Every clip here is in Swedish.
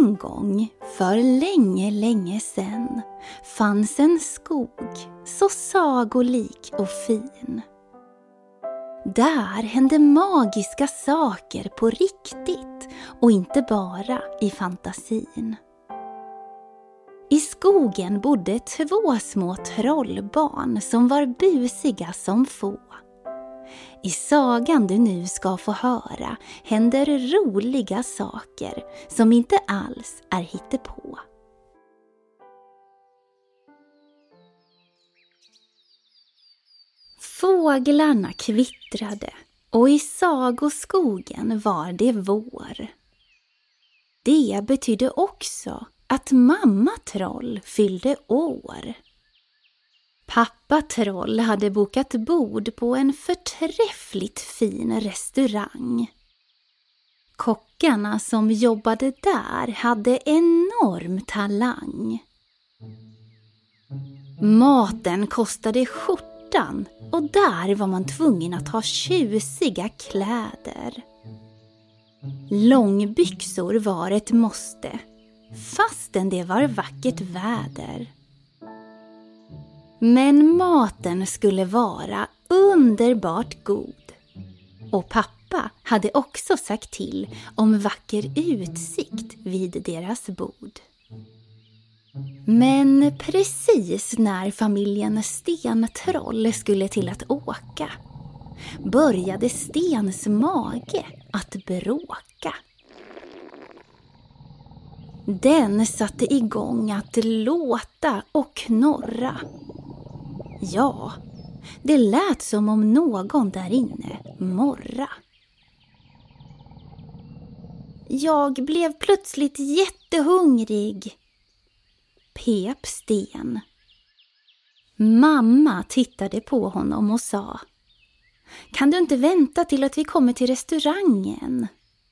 En gång, för länge, länge sedan, fanns en skog så sagolik och fin. Där hände magiska saker på riktigt och inte bara i fantasin. I skogen bodde 2 små trollbarn som var busiga som få. I sagan du nu ska få höra händer roliga saker som inte alls är hittepå. Fåglarna kvittrade och i sagoskogen var det vår. Det betydde också att mamma troll fyllde år. Pappa troll hade bokat bord på en förträffligt fin restaurang. Kockarna som jobbade där hade enorm talang. Maten kostade skjortan och där var man tvungen att ha tjusiga kläder. Långbyxor var ett måste, fastän det var vackert väder. Men maten skulle vara underbart god. Och pappa hade också sagt till om vacker utsikt vid deras bord. Men precis när familjen Stentroll skulle till att åka började Stens mage att bråka. Den satte igång att låta och knorra. Ja, det lät som om någon där inne morra. Jag blev plötsligt jättehungrig, pep Sten. Mamma tittade på honom och sa: Kan du inte vänta till att vi kommer till restaurangen?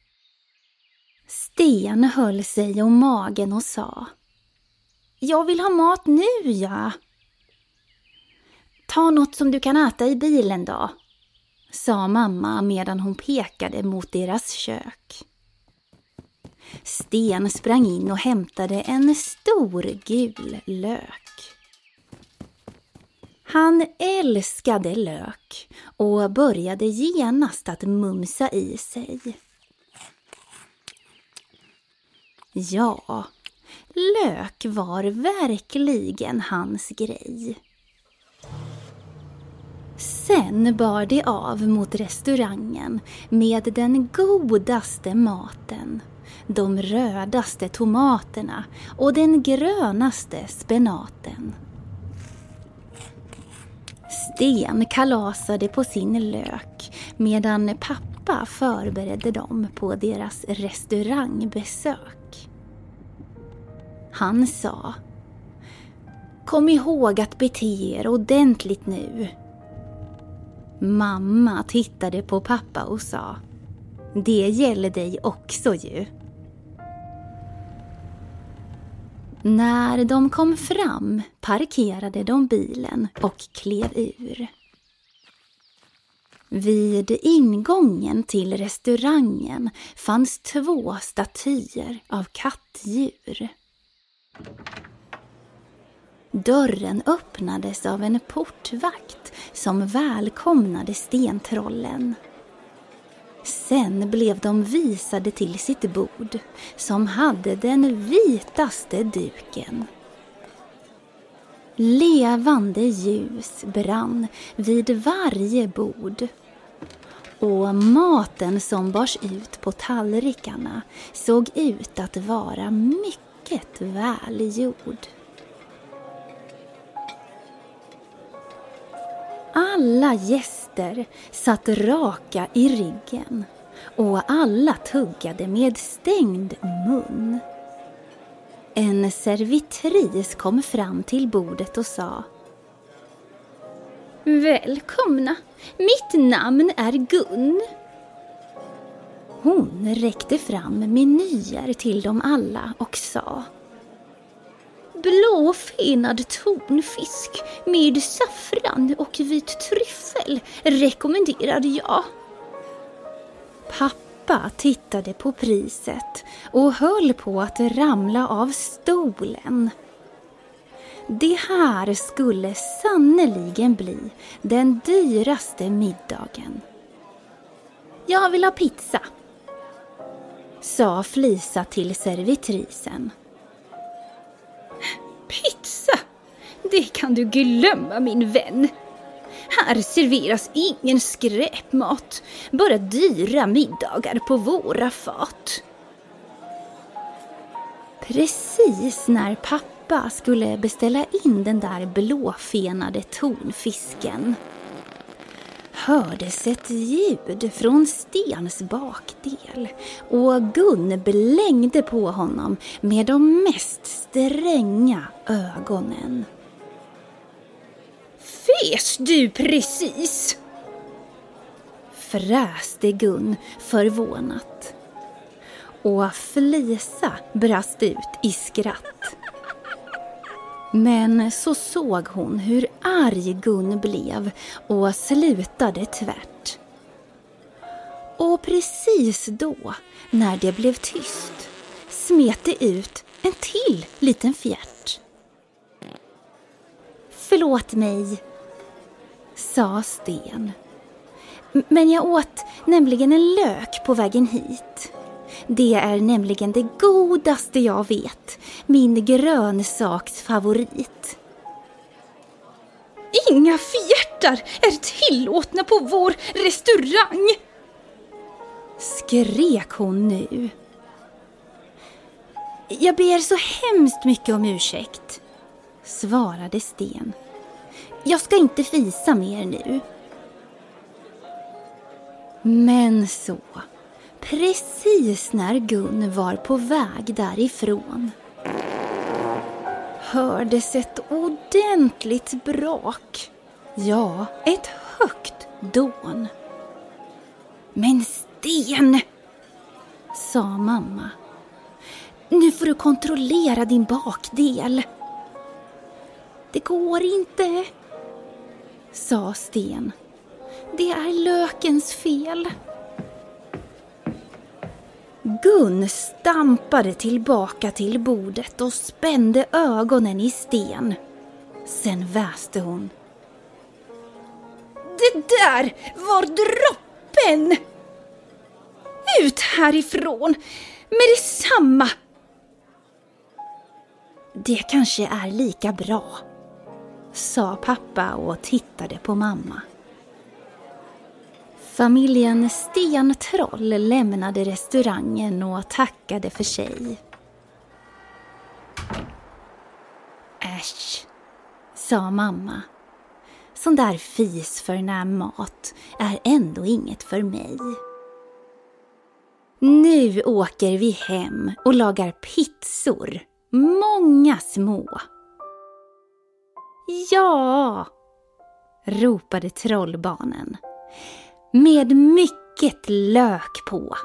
Sten höll sig om magen och sa: Jag vill ha mat nu, ja. Ta något som du kan äta i bilen då, sa mamma medan hon pekade mot deras kök. Sten sprang in och hämtade en stor gul lök. Han älskade lök och började genast att mumsa i sig. Ja, lök var verkligen hans grej. Sen bar det av mot restaurangen med den godaste maten, de rödaste tomaterna och den grönaste spenaten. Sten kalasade på sin lök medan pappa förberedde dem på deras restaurangbesök. Han sa: Kom ihåg att bete er ordentligt nu. Mamma tittade på pappa och sa: Det gäller dig också ju. När de kom fram parkerade de bilen och klev ur. Vid ingången till restaurangen fanns 2 statyer av kattdjur. Dörren öppnades av en portvakt som välkomnade stentrollen. Sen blev de visade till sitt bord som hade den vitaste duken. Levande ljus brann vid varje bord. Och maten som bars ut på tallrikarna såg ut att vara mycket välgjord. Alla gäster satt raka i ryggen och alla tuggade med stängd mun. En servitris kom fram till bordet och sa: Välkomna, mitt namn är Gun. Hon räckte fram menyer till dem alla och sa: Blåfenad tonfisk med saffran och vit tryffel rekommenderade jag. pappa tittade på priset och höll på att ramla av stolen. Det här skulle sannoliken bli den dyraste middagen. Jag vill ha pizza, sa Flisa till servitrisen. Pizza? Det kan du glömma, min vän. Här serveras ingen skräpmat, bara dyra middagar på våra fat. Precis när pappa skulle beställa in den där blåfenade tonfisken hördes ett ljud från Stens bakdel och Gun blängde på honom med de mest stränga ögonen. Fes du precis? Fräste Gun förvånat. Och Flisa brast ut i skratt. Men så såg hon hur arg Gun blev och slutade tvärt. Och precis då, när det blev tyst, smet det ut en till liten fjärt. Förlåt mig, sa Sten. Men jag åt nämligen en lök på vägen hit. Det är nämligen det godaste jag vet, min grönsaksfavorit. Inga fjärtar är tillåtna på vår restaurang, skrek hon nu. Jag ber så hemskt mycket om ursäkt, svarade Sten. Jag ska inte fisa mer nu. Men så, precis när Gun var på väg därifrån, hördes ett ordentligt brak. Ja, ett högt dån. Men Sten, sa mamma. Nu får du kontrollera din bakdel. Det går inte, sa Sten. Det är lökens fel. Gun stampade tillbaka till bordet och spände ögonen i Sten. Sen väste hon. Det där var droppen! Ut härifrån med detsamma! Det kanske är lika bra, sa pappa och tittade på mamma. Familjen Stentroll lämnade restaurangen och tackade för sig. Äsch, sa mamma. Sån där fisförnäm mat är ändå inget för mig. Nu åker vi hem och lagar pizzor. Många små. Ja, ropade trollbarnen. Med mycket lök på.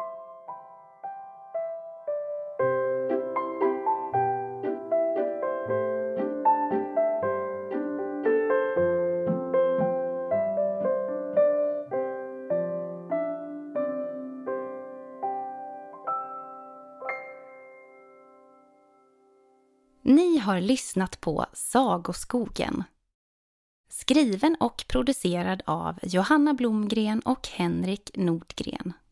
Ni har lyssnat på Sagoskogen. Skriven och producerad av Johanna Blomgren och Henrik Nordgren.